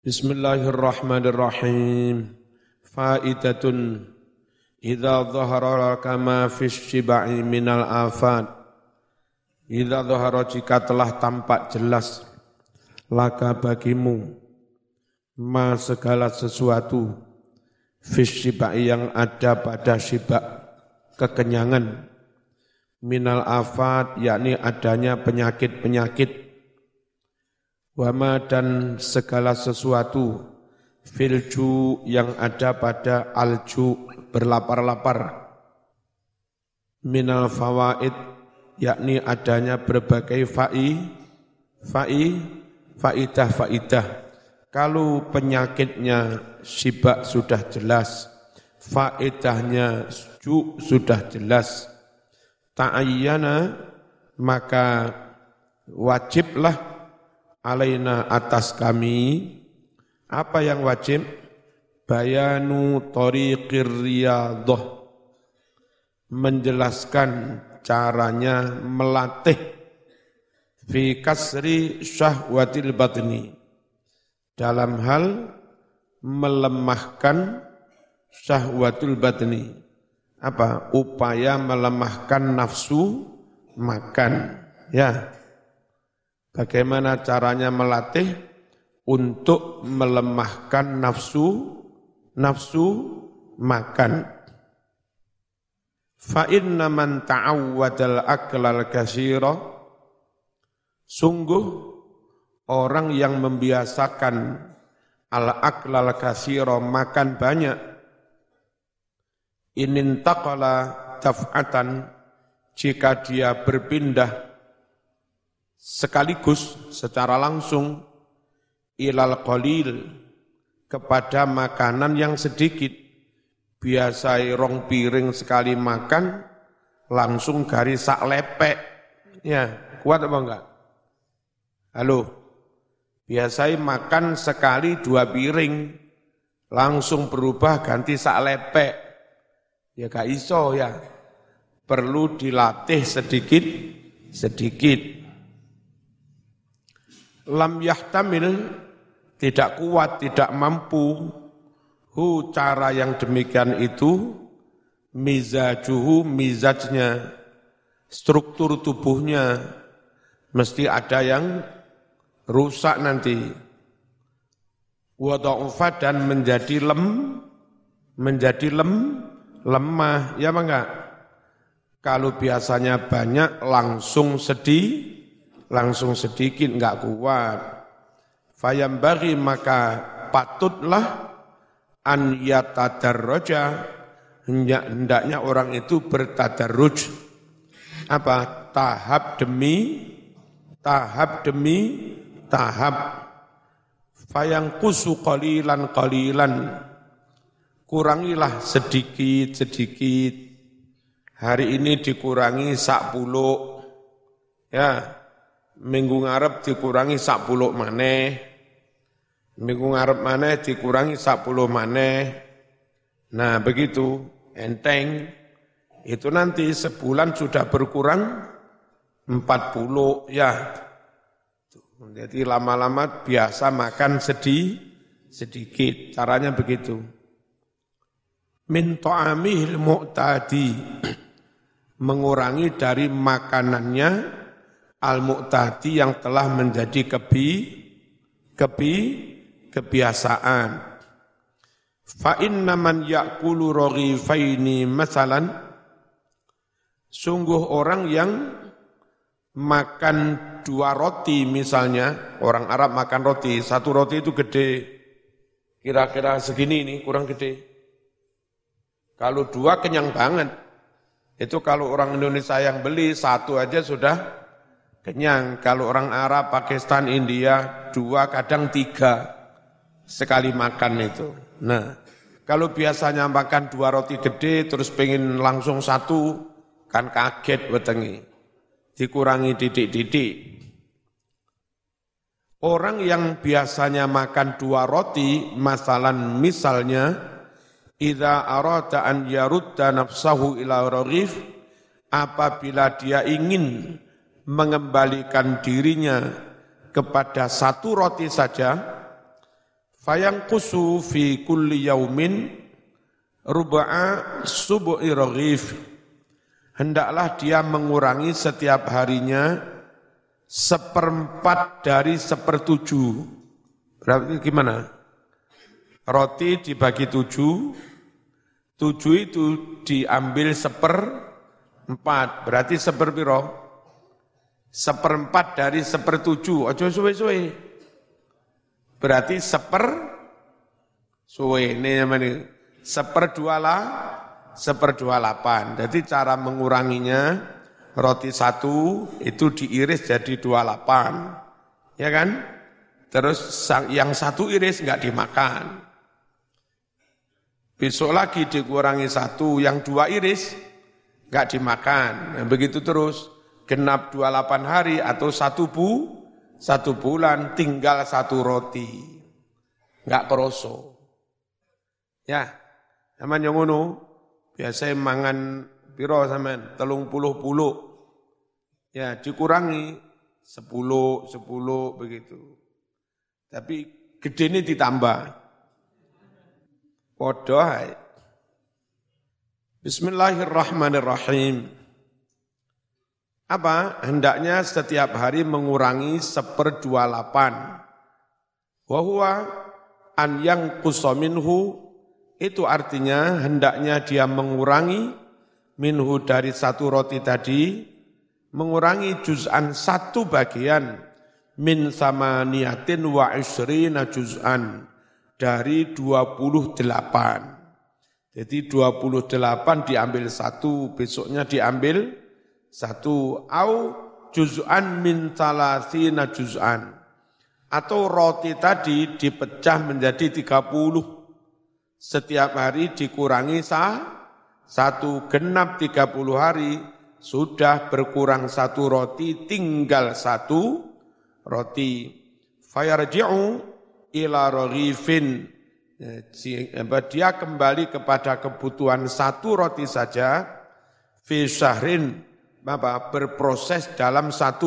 Bismillahirrahmanirrahim. Faidatun idza dhahara laka ma fis shibai minal afat. Idza dhahara jika telah tampak jelas laka bagimu ma segala sesuatu fis shibai yang ada pada shibak kekenyangan minal afat yakni adanya penyakit-penyakit wama dan segala sesuatu filju yang ada pada alju berlapar-lapar minal fawaid yakni adanya berbagai faidah. Kalau penyakitnya sibak sudah jelas, faedahnya sudah jelas, ta'ayyana maka wajiblah alaina atas kami, apa yang wajib? Bayanu thoriqir riyadhah, menjelaskan caranya melatih fi kasri syahwatil batni, dalam hal melemahkan syahwatul batni. Apa? Upaya melemahkan nafsu makan. Ya. Bagaimana caranya melatih untuk melemahkan nafsu makan. Fa inna man ta'awwadal aklal katsira, sungguh orang yang membiasakan al-aklal katsira makan banyak, inintaqala daf'atan jika dia berpindah sekaligus secara langsung ilal qalil kepada makanan yang sedikit, biasa rong piring sekali makan langsung garis sak lepek, ya kuat apa enggak? Halo, biasa makan sekali 2 piring langsung berubah ganti sak lepek, ya gak iso ya, perlu dilatih sedikit. Lam yahtamil tidak kuat, tidak mampu cara yang demikian itu mizajuhu mizajnya, struktur tubuhnya mesti ada yang rusak nanti. Wa dha'ufa dan menjadi lemah, ya apa enggak? Kalau biasanya banyak langsung sedikit enggak kuat. Fayambaghi maka patutlah an yatadarraja, hendaknya orang itu bertadarruj. Apa? Tahap demi tahap. Fayangqusu qalilan, kurangilah sedikit. Hari ini dikurangi 10, ya. Minggu ngarep dikurangi 10 maneh. Minggu ngarep maneh dikurangi 10 maneh. Nah begitu, enteng. Itu nanti sebulan sudah berkurang 40, ya. Jadi lama-lama biasa makan sedikit. Caranya begitu. Min ta'amihil mu'tadi, mengurangi dari makanannya al-mu'tadi yang telah menjadi kebiasaan. Fa inna man ya'kulu raghifaini masalan, sungguh orang yang makan 2 roti misalnya, orang Arab makan roti, 1 roti itu gede, kira-kira segini ini, kurang gede. Kalau 2 kenyang banget. Itu kalau orang Indonesia yang beli 1 aja sudah kenyang. Kalau orang Arab, Pakistan, India 2 kadang 3 sekali makan itu. Nah, kalau biasanya makan 2 roti gede terus pengen langsung 1, kan kaget wetengi. Dikurangi titik-titik. Orang yang biasanya makan 2 roti, misalnya idza arada an yarudda nafsahu ila raghif, apabila dia ingin mengembalikan dirinya kepada 1 roti saja, Fayanqusu fi kulli yaumin ruba'a subu'i raghif. Hendaklah dia mengurangi setiap harinya 1/4 dari 1/7. Berarti gimana? Roti dibagi 7, 7 itu diambil 1/4, berarti seperpiro? 1/4 dari 1/7, ojo suwe-suwe. Berarti suwe, ini namanya 1/28. Jadi cara menguranginya, roti 1 itu diiris jadi 28, ya kan? Terus yang 1 iris enggak dimakan. Besok lagi dikurangi 1, yang 2 iris enggak dimakan. Nah, begitu terus, genap 28 hari atau 1 bulan tinggal 1 roti. Enggak kroso. Ya, sampean yang ngono, biasa mangan piro sampean 30 ya dikurangi 10 begitu. Tapi gede ini ditambah. Podo hai. Bismillahirrahmanirrahim. Apa? Hendaknya setiap hari mengurangi 1/28. Wa huwa an yanqusa minhu, itu artinya hendaknya dia mengurangi minhu dari 1 roti tadi, mengurangi juz'an 1 bagian min samaniyatin wa isrina juz'an, dari 28. Jadi 28 diambil 1, besoknya diambil 1, au juz'an min salasina juz'an, atau roti tadi dipecah menjadi 30, setiap hari dikurangi 1, genap 30 hari, sudah berkurang 1 roti, tinggal 1 roti. Fayarji'u ila raghifin, dia kembali kepada kebutuhan 1 roti saja, fi syahrin, berproses dalam 1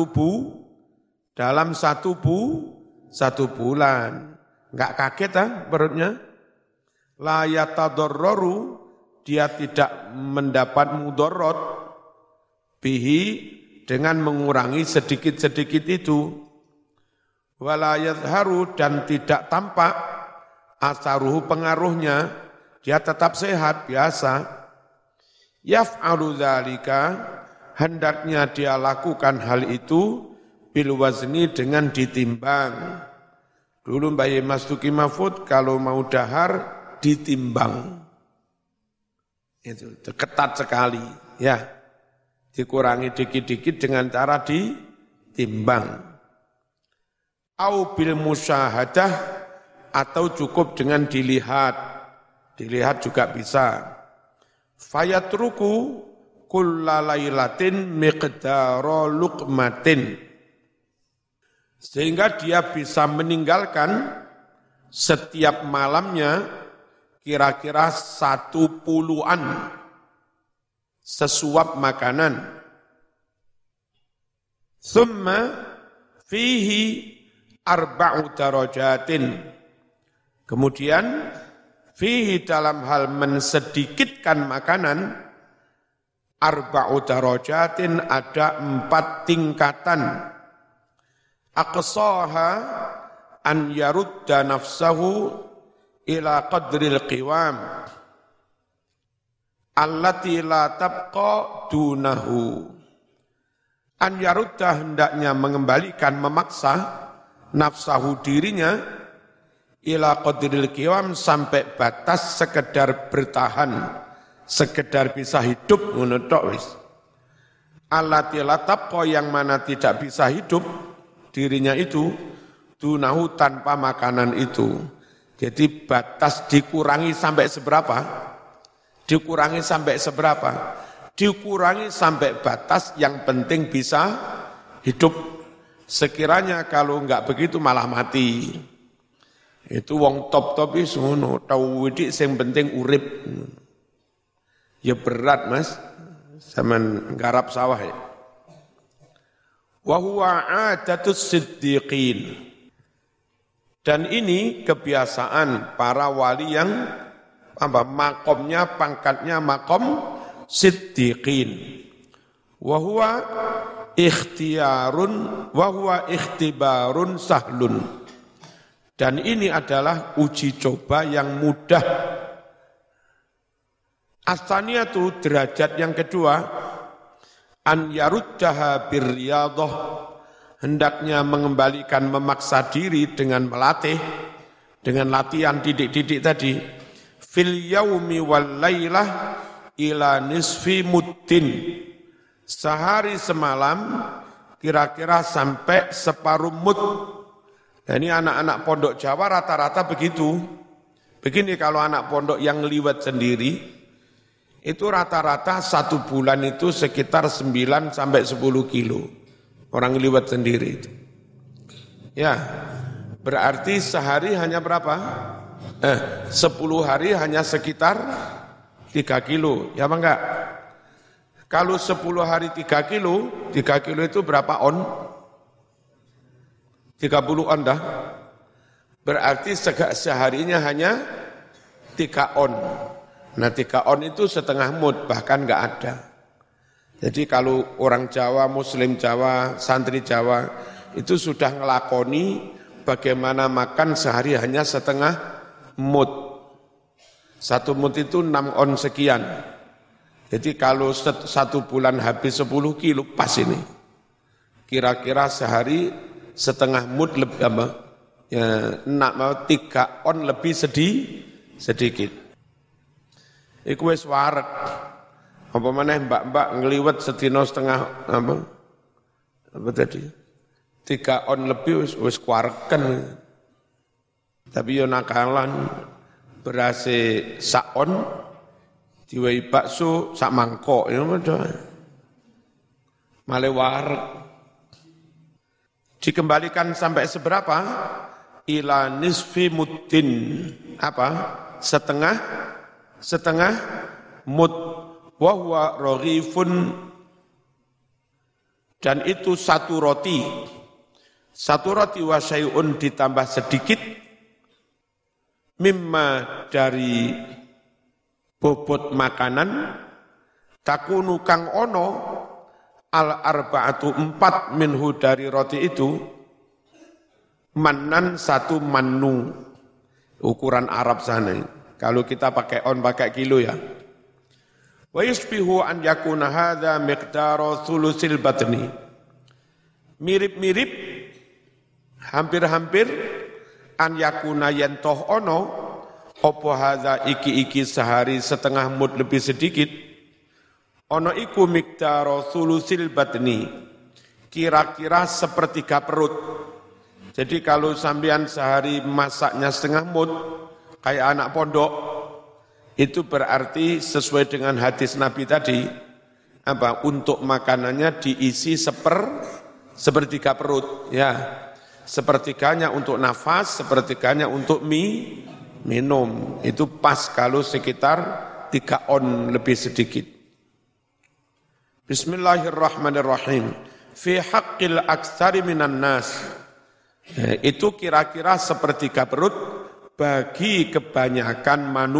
bulan. Enggak kaget perutnya. La yatadarraru, dia tidak mendapat mudarat bihi, dengan mengurangi sedikit-sedikit itu. Wala yazharu, dan tidak tampak asaruhu, pengaruhnya, dia tetap sehat biasa. Yaf'alu dzalika, hendaknya dia lakukan hal itu bil wazni, dengan ditimbang. Dulu Mbak Mas Tuki Mahfud kalau mau dahar ditimbang. Itu ketat sekali, ya. Dikurangi dikit-dikit dengan cara ditimbang. Au bil musyahadah, atau cukup dengan dilihat. Dilihat juga bisa. Fayatruku kulla lailatin miqdara luqmatin, sehingga dia bisa meninggalkan setiap malamnya kira-kira 10-an sesuap makanan. Thumma fihi arba'u darajatin, kemudian fihi, dalam hal mensedikitkan makanan, arba'u darajatin, ada 4 tingkatan. Aqsaha an yarudda nafsahu ila qadril qiwam allati la tabqa dunahu. An yarudda, hendaknya mengembalikan, memaksa, nafsahu, dirinya, ila qadril qiwam, sampai batas sekedar bertahan, sekedar bisa hidup, ngono tok wis. Allati la tabqa, yang mana tidak bisa hidup dirinya itu, dunahu, tanpa makanan itu. Jadi batas dikurangi sampai seberapa? Dikurangi sampai seberapa? Dikurangi sampai batas yang penting bisa hidup. Sekiranya kalau enggak begitu malah mati. Itu wong top-top itu ngono, tau widik sing penting urip. Ya berat Mas, zaman garap sawah ya. Wa huwa adatus siddiqin. Dan ini kebiasaan para wali yang makomnya, pangkatnya makom siddiqin. Wa huwa ikhtibarun sahlun. Dan ini adalah uji coba yang mudah. As-saniyatu, derajat yang kedua, an yaruddaha birriyadhah, hendaknya mengembalikan, memaksa diri dengan melatih, dengan latihan didik-didik tadi, fil yaumi wal lailah ila nisfi muddin, sehari semalam kira-kira sampai separuh mud. Nah, ini anak-anak pondok Jawa rata-rata begitu. Begini kalau anak pondok yang liwat sendiri, itu rata-rata 1 bulan itu sekitar 9 sampai 10 kilo. Orang liwat sendiri itu. Ya, berarti sehari hanya berapa? 10 hari hanya sekitar 3 kilo. Ya apa enggak? Kalau 10 hari 3 kilo itu berapa on? 30 on dah. Berarti seharinya hanya 3 on. Nah 3 on itu setengah mud, bahkan enggak ada. Jadi kalau orang Jawa, Muslim Jawa, santri Jawa, itu sudah ngelakoni bagaimana makan sehari hanya setengah mud. 1 mud itu 6 on sekian. Jadi kalau 1 bulan habis 10 kilo, pas ini. Kira-kira sehari setengah mud lebih apa? Ya, 3 on lebih sedikit. Iku wis wareg. Apa maneh mbak-mbak ngliwet sedina setengah apa tadi? 3 on lebih wis kuareken. Tapi yo nakalan berase sak on diwehi bakso sak mangkok ya padha. Male wareg. Dikembalikan sampai seberapa? Ila nisfi muddin. Apa? Setengah mud. Wa huwa raghifun, dan itu 1 roti. 1 roti wa syai'un ditambah sedikit mimma dari bobot makanan takunu kang ono al arba'atu 4 minhu dari roti itu mannan 1 mannu, ukuran Arab sana. Kalau kita pakai on pakai kilo ya. Wa yusbihu an yakuna hadza miqdaru thulutsil batni. Mirip-mirip, hampir-hampir an yakuna yentoh ono apa hadza iki sehari setengah mud lebih sedikit. Ono iku miqdaru thulutsil batni. Kira-kira sepertiga perut. Jadi kalau sampean sehari masaknya setengah mud kayak anak pondok, itu berarti sesuai dengan hadis Nabi tadi, untuk makanannya diisi sepertiga perut, ya. Sepertiganya untuk nafas, sepertiganya untuk minum. Itu pas kalau sekitar 3 on lebih sedikit. Bismillahirrahmanirrahim. Fi haqqil aktsari minan nas. Itu kira-kira sepertiga perut bagi kebanyakan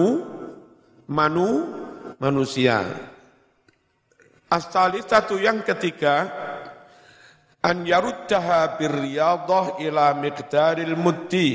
manusia. As-salisatu yang ketiga, an yaruddaha birriyadhah ila miqdaril muddi.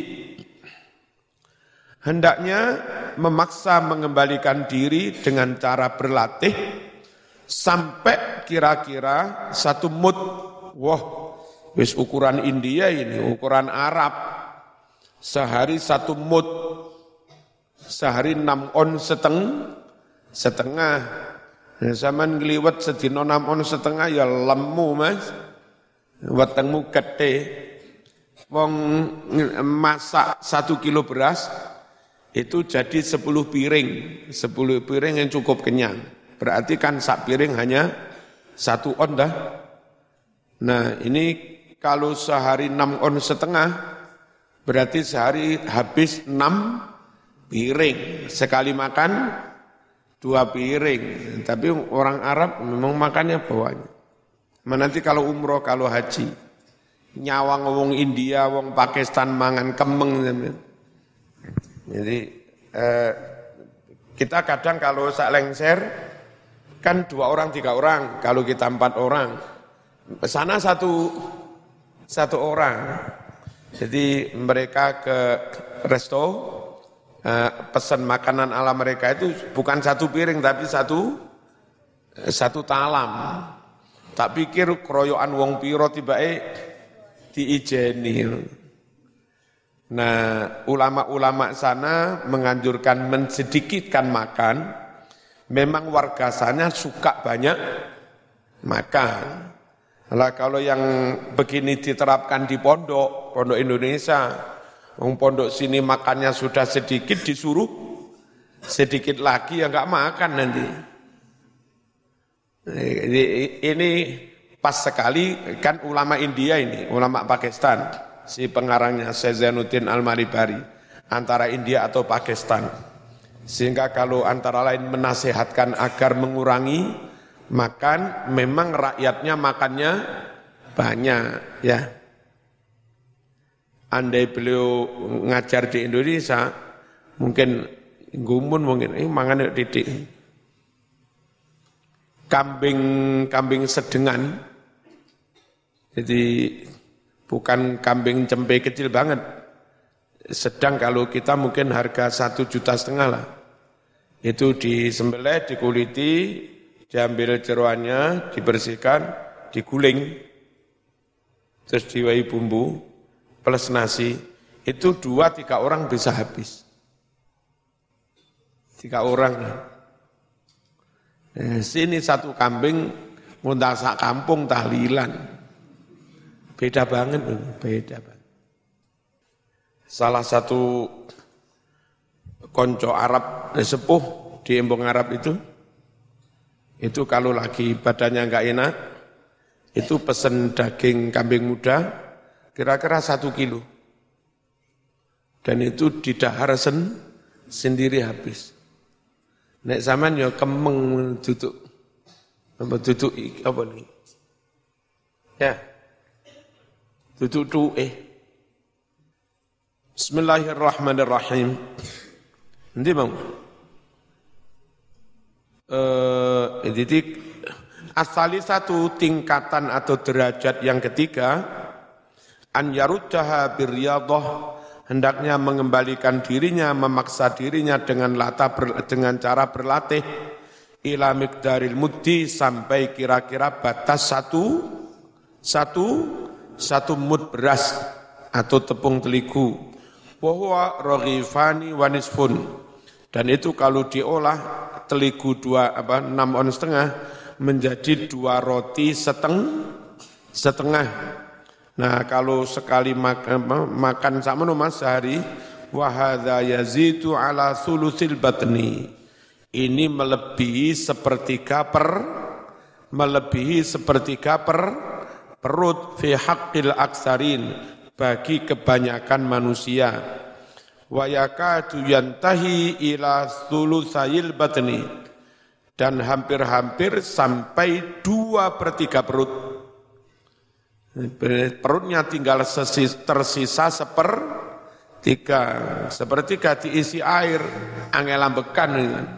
Hendaknya memaksa mengembalikan diri dengan cara berlatih sampai kira-kira 1 mud. Wah, wis ukuran India ini, ukuran Arab. Sehari 1 mud. Sehari 6 on setengah. Nah, zaman ngliwet sedina 6 on setengah ya lemu Mas. Wetengmu gede. Wong masak 1 kilo beras itu jadi 10 piring. 10 piring yang cukup kenyang. Berarti kan sak piring hanya 1 on dah. Nah, ini kalau sehari 6 on setengah berarti sehari habis 6 piring, sekali makan 2 piring. Tapi orang Arab memang makannya banyak. Nanti kalau umroh, kalau haji, nyawang wong India, wong Pakistan mangan kemeng. Jadi kita kadang kalau sak lengser kan 2 orang 3 orang, kalau kita 4 orang, sana satu orang. Jadi mereka ke resto, pesan makanan ala mereka itu bukan 1 piring tapi satu talam. Tak pikir keroyokan wong piro tibake diijeni. Nah, ulama-ulama sana menganjurkan mensedikitkan makan. Memang warga sana suka banyak makan. Lah kalau yang begini diterapkan di pondok Indonesia, wong pondok sini makannya sudah sedikit, disuruh sedikit lagi ya enggak makan nanti. Ini pas sekali kan ulama India ini, ulama Pakistan, si pengarangnya Syekh Zainuddin Al-Maribari, antara India atau Pakistan. Sehingga kalau antara lain menasihatkan agar mengurangi makan, memang rakyatnya makannya banyak ya. Andai beliau ngajar di Indonesia, mungkin gumun mungkin, mangan titik. Kambing sedengan, jadi bukan kambing cempe kecil banget, sedang kalau kita mungkin harga 1,5 juta lah, itu disembelih, dikuliti, diambil jeroannya, dibersihkan, diguling, terus diwai bumbu, plus nasi, itu 2-3 orang bisa habis. 3 orang. Sini 1 kambing ngundang sak kampung tahlilan. Beda banget, beda banget. Salah satu konco Arab sepuh di Embong Arab itu kalau lagi badannya enggak enak, itu pesen daging kambing muda kira-kira 1 kilo. Dan itu didahar sendiri habis. Nek zaman ya kemeng duduk apa nih? Ya. Duduk Bismillahirrahmanirrahim. Nanti bang. Jadi asali satu tingkatan atau derajat yang ketiga, an yaruddaha birriyadhah, hendaknya mengembalikan dirinya, memaksa dirinya dengan dengan cara berlatih ila miqdaril muddi, sampai kira-kira batas satu mud beras atau tepung terigu. Wa huwa raghifani wa nisfun, dan itu kalau diolah terigu 6 on setengah menjadi 2 roti setengah. Nah, kalau sekali makan sakmono Mas sehari, wa hadza yazitu ala sulusil batni. Ini melebihi sepertiga per perut fi haqqil aksarin, bagi kebanyakan manusia. Wa yakadu yantahi ila sulusayil batni, dan hampir-hampir sampai 2/3 perut. Perutnya tinggal tersisa sepertiga diisi air, angel ambekan.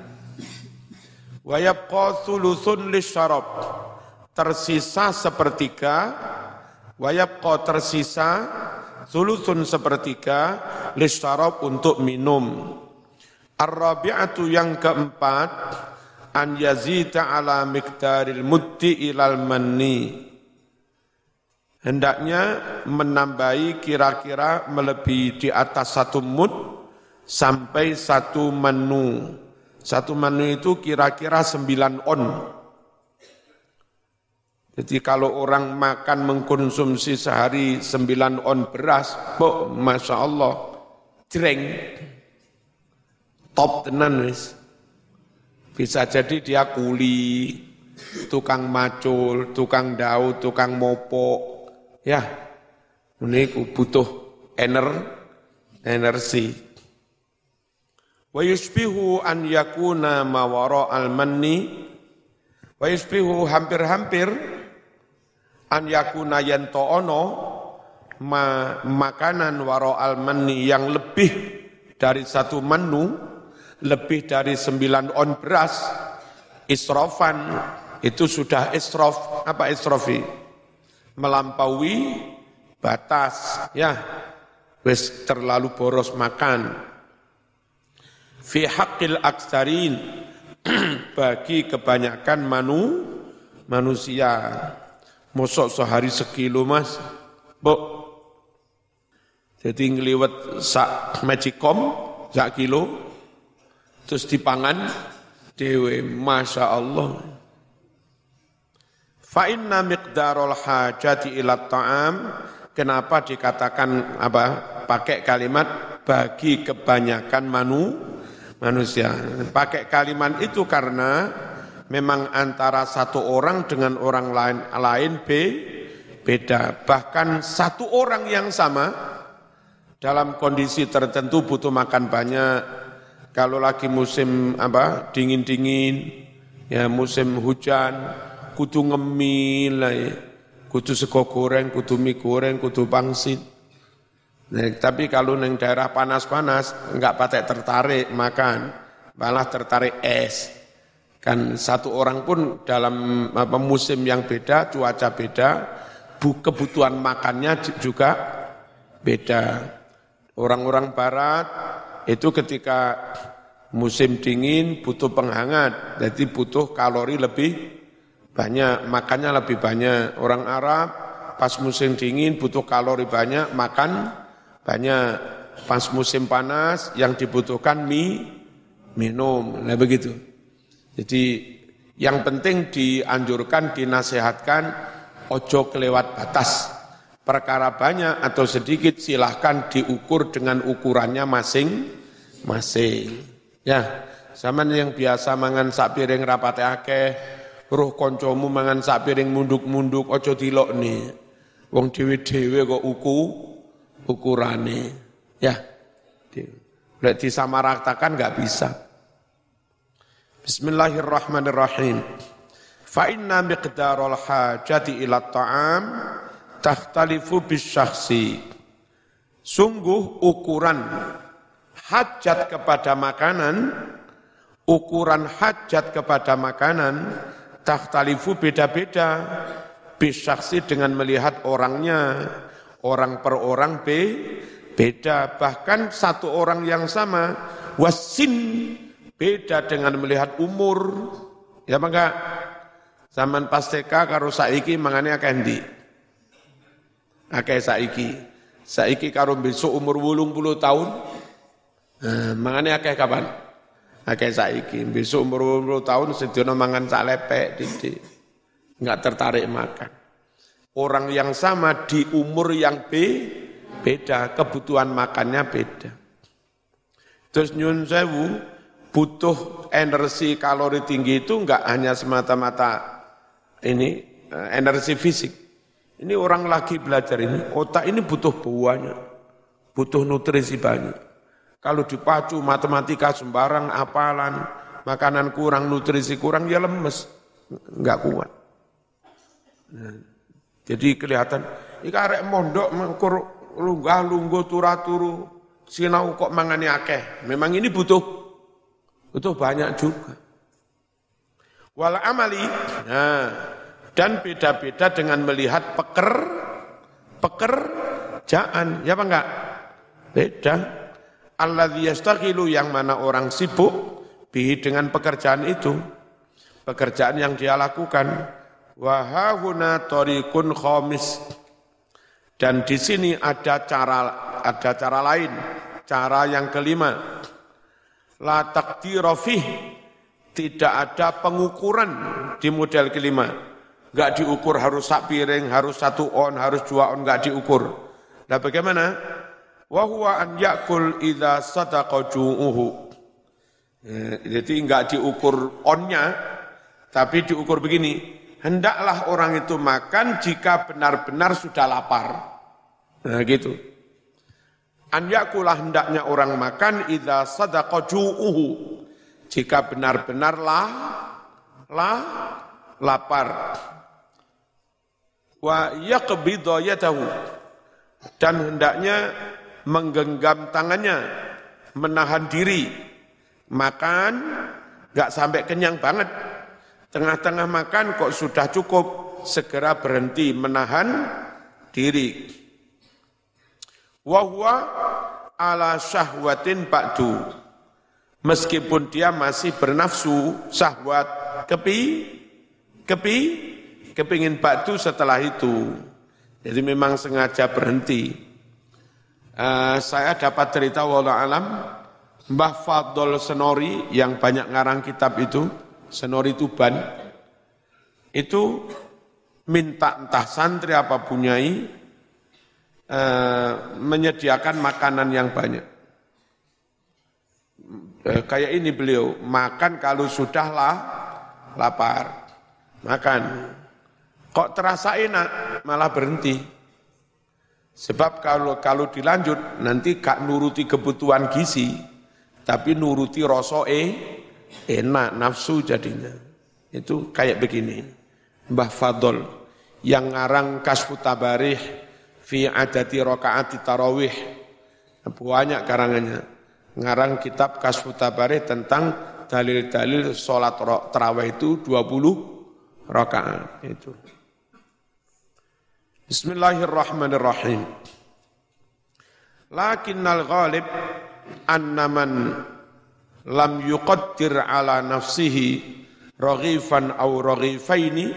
Wa yabqa sulusun lisyarab, tersisa sepertiga, wa yabqa tersisa sulusun sepertiga lisyarab, untuk minum. Ar-rabi'atu, yang keempat, an yazida ala miqdaril muddi ilal manni, hendaknya menambahi kira-kira melebihi di atas 1 mud sampai 1 manu. 1 manu itu kira-kira 9 on. Jadi kalau orang makan mengkonsumsi sehari 9 on beras, Masya Allah, jreng, top tenan wis. Bisa jadi dia kuli, tukang macul, tukang daud, tukang mopok. Ya, ini butuh energi. Wa yushbihu an yakuna ma wara al-manni, wa yushbihu hampir-hampir an yakuna yanto ono makanan waro'al manni yang lebih dari satu menu, lebih dari 9 on beras, israfan, itu sudah israf. Apa israfi? Melampaui batas, ya, wis terlalu boros makan. Fi haqqil aksarin, bagi kebanyakan manusia. Mosok sehari sekilo mas, bu. Jadi ngeliwet sak magicom, sak kilo, terus dipangan, dewe, masya Allah. Fa inna miqdarul hajati ila ta'am, kenapa dikatakan pakai kalimat bagi kebanyakan manusia. Pakai kalimat itu karena memang antara satu orang dengan orang lain beda. Bahkan satu orang yang sama dalam kondisi tertentu butuh makan banyak. Kalau lagi musim dingin-dingin, ya musim hujan, kudu ngemil lah ya. Kudu sego goreng, kudu mie goreng, kudu pangsit. Nah, tapi kalau neng daerah panas-panas enggak patek tertarik makan, malah tertarik es. Kan satu orang pun dalam musim yang beda, cuaca beda, kebutuhan makannya juga beda. Orang-orang barat itu ketika musim dingin butuh penghangat, jadi butuh kalori lebih banyak, makannya lebih banyak. Orang Arab pas musim dingin butuh kalori banyak, makan banyak. Pas musim panas yang dibutuhkan minum. Nah begitu. Jadi yang penting dianjurkan, dinasihatkan, ojo kelewat batas. Perkara banyak atau sedikit silahkan diukur dengan ukurannya masing-masing. Ya, zaman yang biasa mangan sak piring rapate akeh, roh koncomu mangan sak piring munduk-munduk, ojo dilok nih. Wong dhewe-dhewe kok ukurane. Ya, lek disamaratakan enggak bisa. Bismillahirrahmanirrahim. Fa inna miqdarul hajati ila ta'am takhtalifu bisyakhsi. Sungguh ukuran hajat kepada makanan, ukuran hajat kepada makanan takhtalifu beda-beda bisyakhsi dengan melihat orangnya, orang per orang beda, bahkan satu orang yang sama wasin beda dengan melihat umur. Ya maka zaman pas TK karo saiki mangane akeh ndi? Akeh saiki karo besok umur 80 tahun. Mangane akeh kapan? Akeh saiki, besok umur 80 tahun sedono mangan sak lepek didik. Enggak tertarik makan. Orang yang sama di umur yang beda, kebutuhan makannya beda. Terus nyun sewu, butuh energi kalori tinggi itu enggak hanya semata-mata ini energi fisik. Ini orang lagi belajar ini, otak ini butuh banyak, butuh nutrisi banyak. Kalau dipacu matematika sembarang, apalan, makanan kurang, nutrisi kurang, ya lemes, enggak kuat. Nah, jadi kelihatan, iki arek mondok mengkur lunggah-lungguh turu-turu, sinau kok mangane akeh. Memang ini butuh banyak juga. Wal amali, nah, dan beda-beda dengan melihat pekerjaan, ya apa enggak? Beda. Alladzi yastaghilu, yang mana orang sibuk bihi dengan pekerjaan itu, pekerjaan yang dia lakukan. Wa hahuna tariqun khamis, dan di sini ada cara lain, cara yang kelima. La taqdira fih, tidak ada pengukuran di model kelima. Enggak diukur harus sak piring, harus 1 on, harus 2 on, enggak diukur. Nah bagaimana? Wa huwa an yakul idza sadaqa ju'uhu. Jadi enggak diukur onnya, tapi diukur begini. Hendaklah orang itu makan jika benar-benar sudah lapar. Nah gitu. An yakulah, hendaknya orang makan idza sadaqa ju'uhu, jika benar-benar lapar. Wa yaqbidha yadahu, dan hendaknya menggenggam tangannya, menahan diri, makan nggak sampai kenyang banget, tengah-tengah makan kok sudah cukup, segera berhenti, menahan diri. Wa huwa ala syahwatin ba'du, meskipun dia masih bernafsu syahwat, kepingin ba'du setelah itu. Jadi memang sengaja berhenti. Saya dapat cerita wallahu alam, Mbah Fadl Senori yang banyak ngarang kitab itu, Senori Tuban, itu minta entah santri apa bunyai menyediakan makanan yang banyak. Kayak ini beliau, makan kalau sudah lapar, makan. Kok terasa enak, malah berhenti. Sebab kalau dilanjut, nanti gak nuruti kebutuhan gizi, tapi nuruti rasa enak, nafsu jadinya. Itu kayak begini. Mbah Fadl yang ngarang Kasfut Tabarih fi adati rakaati tarawih, banyak karangannya. Ngarang kitab Kasfut Tabarih tentang dalil-dalil sholat tarawih itu 20 rakaat itu. Bismillahirrahmanirrahim. Lakinnal ghalib anna man lam yuqaddir ala nafsihi raghifan aw raghifaini,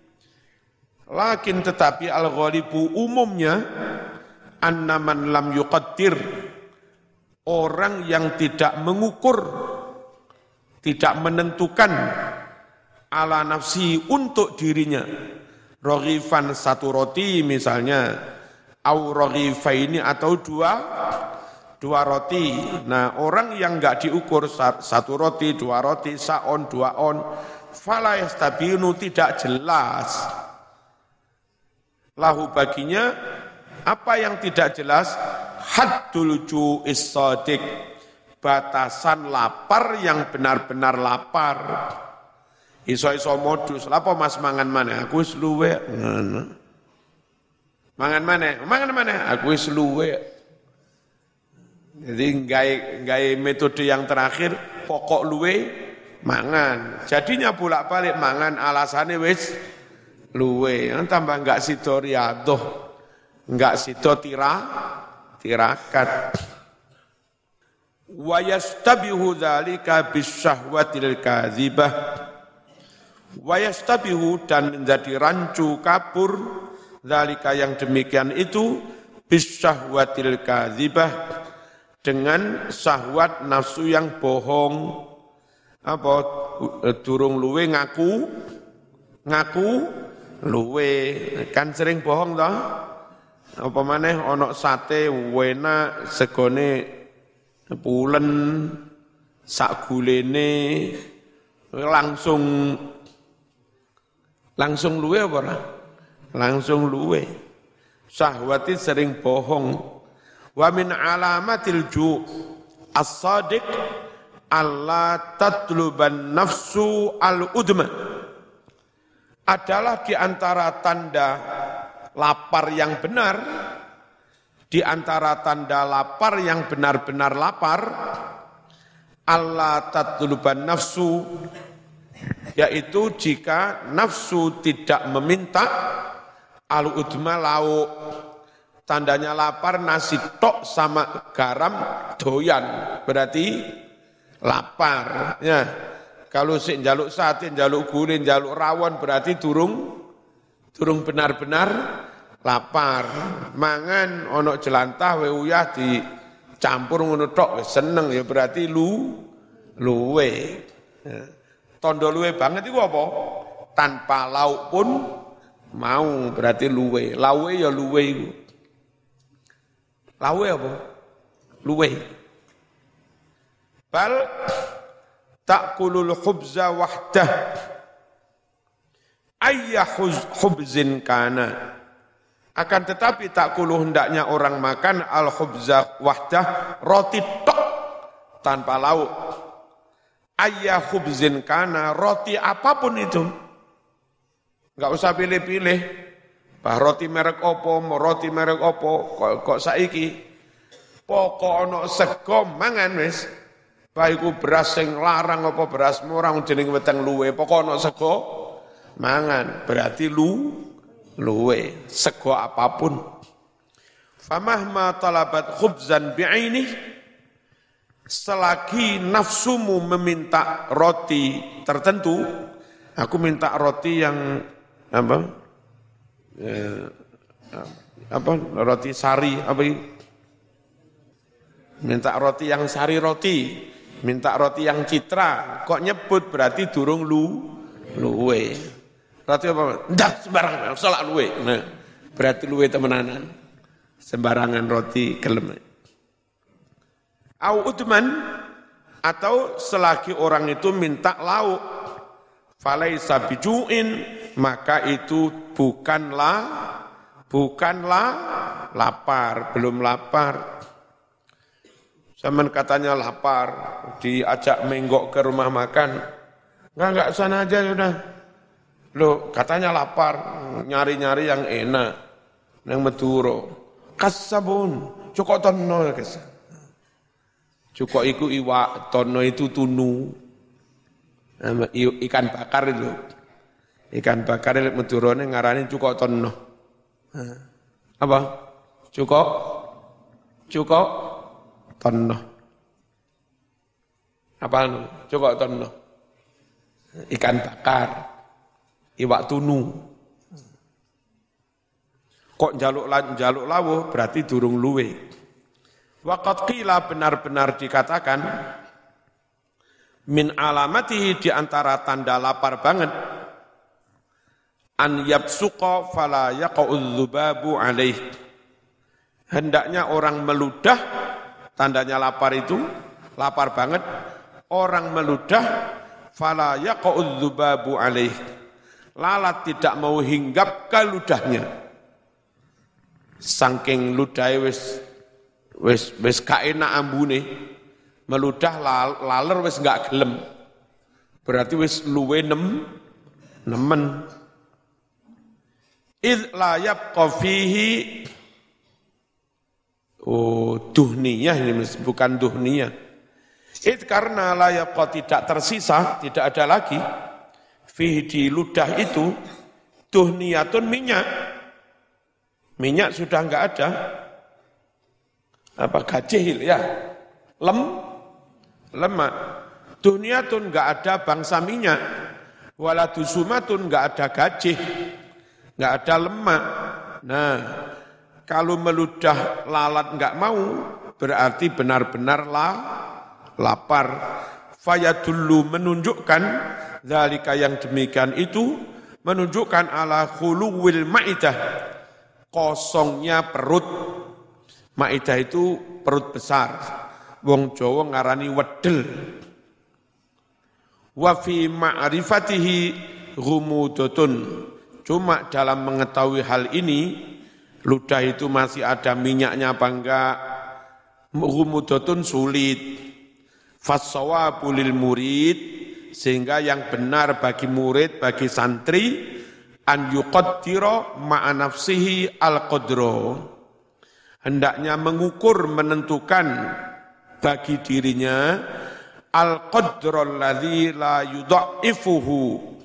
lakin tetapi al-ghalibu umumnya anna man lam yuqaddir, orang yang tidak mengukur, tidak menentukan ala nafsi untuk dirinya, raghifan satu roti misalnya, au raghifaini atau dua roti. Nah, orang yang enggak diukur satu roti, dua roti, saon, dua on, fala yastabinu, tidak jelas. Lahu baginya apa yang tidak jelas? Haddul ju'is shadiq, batasan lapar yang benar-benar lapar. Iso-iso modus, apa Mas mangan mana? Aku wis luwe. Mangan mana? Aku wis luwe. Jadi gawe metode yang terakhir, pokok luwe mangan. Jadinya bolak-balik mangan, alasannya wis luwe. Tambah enggak sida riyadhah, enggak sida tirakat. Wa yastabihu dzalika bisyahwatil kadzibah. Wa yastabihu, dan menjadi rancu kabur, dzalika yang demikian itu, bisyahwatil kadzibah, dengan syahwat nafsu yang bohong. Apa durung luwe ngaku luwe, kan sering bohong toh. Apa maneh ana sate enak segone pulen sak gulene, langsung luwe apa ora? Langsung luwe. Syahwati sering bohong. Wa min alamatil ju' as-sadiq alla tatluban nafsu al-udma. Adalah di antara tanda lapar yang benar, di antara tanda lapar yang benar-benar lapar, alla tatluban nafsu, yaitu jika nafsu tidak meminta al-udma lauk. Tandanya lapar, nasi tok sama garam doyan, berarti lapar. Ya, kalau sik njaluk sate, njaluk gulai, njaluk rawon, berarti durung benar-benar lapar. Mangan ono jelantah we uyah dicampur ngono tok wis seneng, ya berarti luwe. Ya. Tondo luwe banget itu apa? Tanpa lauk pun mau, berarti luwe. Lawe ya luwe iku. Lawe apa? Luwe. Bal ta'kulul khubza wahdah ayya khubzin kana. Akan tetapi ta'kulu, hendaknya orang makan al khubza wahdah, roti tok tanpa lauk. Ayya khubzin kana, roti apapun itu. Enggak usah pilih-pilih. Bah roti merek opo, roti merek opo, kok saiki pokok ana sego mangan wis. Baiku beras sing larang apa beras murah jeneng weteng luwe, pokok ana sego mangan, berarti luwe, sego apapun. Famahma talabat khubzan bi'ainih, selagi nafsumu meminta roti tertentu, aku minta roti yang roti sari, minta roti yang sari roti, minta roti yang citra, kok nyebut berarti durung luwe. Roti apa? Ndak sembarangan, salah luwe. Nah, berarti luwe temenanan. Sembarangan roti gelem. Au udman, atau selagi orang itu minta lauk, falaisa bijuin, maka itu bukanlah lapar, belum lapar. Zaman katanya lapar, diajak menggok ke rumah makan, enggak sana aja sudah. Loh, katanya lapar, nyari-nyari yang enak, yang Madura. Kasabun, cukok tono kes. Cukok iku iwak, tono itu tunu. Ikan bakar itu. Ikan bakar itu Madura ngarani cukok tono. Apa? Cukok tono. Apa anu? Cukok tono. Ikan bakar. Iwak tunu. Kok jaluk lawuh berarti durung luwe. Waqat qila benar-benar dikatakan min alamatihi di antara tanda lapar banget an yabsuqa fala yaqa'udz dzubabu alaih. Hendaknya orang meludah, tandanya lapar itu lapar banget, orang meludah fala yaqa'udz dzubabu alaih. Lalat tidak mau hinggap ke ludahnya. Saking ludahe wis gak enak ambune, meludah laler wis gak gelem. Berarti wis luwe nemen. Id la yabqa fihi duhniyah, ini bukan duhniyah. Id karena la yabqa tidak tersisa, tidak ada lagi fihi di ludah itu duhniyatun minyak sudah enggak ada. Apa gajih ya? Lemak. Duhniyatun enggak ada bangsa minyak. Waladusumatun enggak ada gajih. Enggak ada lemak. Nah, kalau meludah lalat enggak mau, berarti benar-benar lapar. Fayadullu menunjukkan zalika yang demikian itu menunjukkan ala khuluwil ma'idah, kosongnya perut. Ma'idah itu perut besar. Wong Jawa ngarani wedel. Wa fi ma'rifatihi ghumudotun. Cuma dalam mengetahui hal ini, ludah itu masih ada minyaknya apa enggak, ghumudotun sulit. Fassawabu lil murid, sehingga yang benar bagi murid, bagi santri, an yuqaddira ma'a nafsihi al-qadra, hendaknya mengukur, menentukan bagi dirinya al-qadra alladzi la yudha'ifuhu,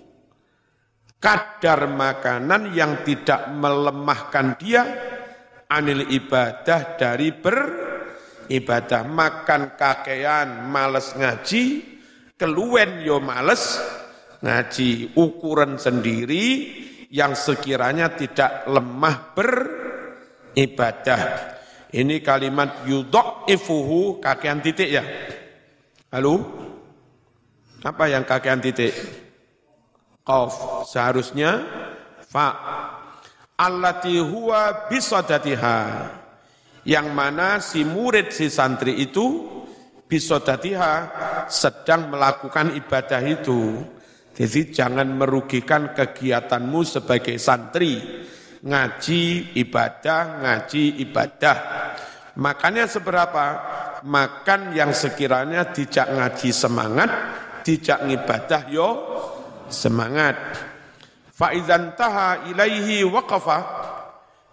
kadar makanan yang tidak melemahkan dia anil ibadah, dari beribadah. Makan kakean males ngaji, keluwen yo males ngaji, ukuran sendiri yang sekiranya tidak lemah beribadah. Ini kalimat yudha'ifuhu kakean titik ya. Halo? Apa yang kakean titik? Qaf, seharusnya fa. Allati huwa bisadatiha, yang mana si murid, si santri itu bisadatiha, sedang melakukan ibadah itu. Jadi jangan merugikan kegiatanmu sebagai santri. Ngaji ibadah. Makannya seberapa? Makan yang sekiranya dijak ngaji semangat, dijak ngibadah yo semangat. Fa idzan taha ilaihi waqafa,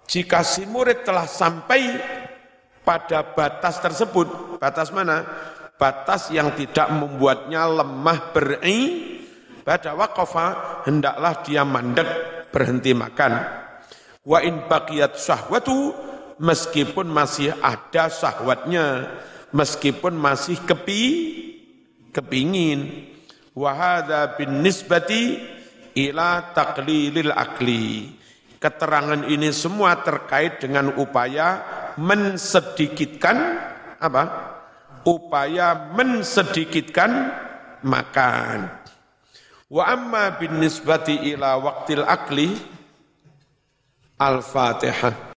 Jika si murid telah sampai pada batas tersebut, batas mana? Batas yang tidak membuatnya lemah pada waqafa, hendaklah dia mandek berhenti makan. Wa in baqiyat syahwatu, meskipun masih ada syahwatnya, meskipun masih kepingin. Wa hadza bin nisbati ila taqlilil akli. Keterangan ini semua terkait dengan upaya mensedikitkan apa? Upaya mensedikitkan makan. Wa amma bin nisbati ila waqtil akli, Al-Fatihah.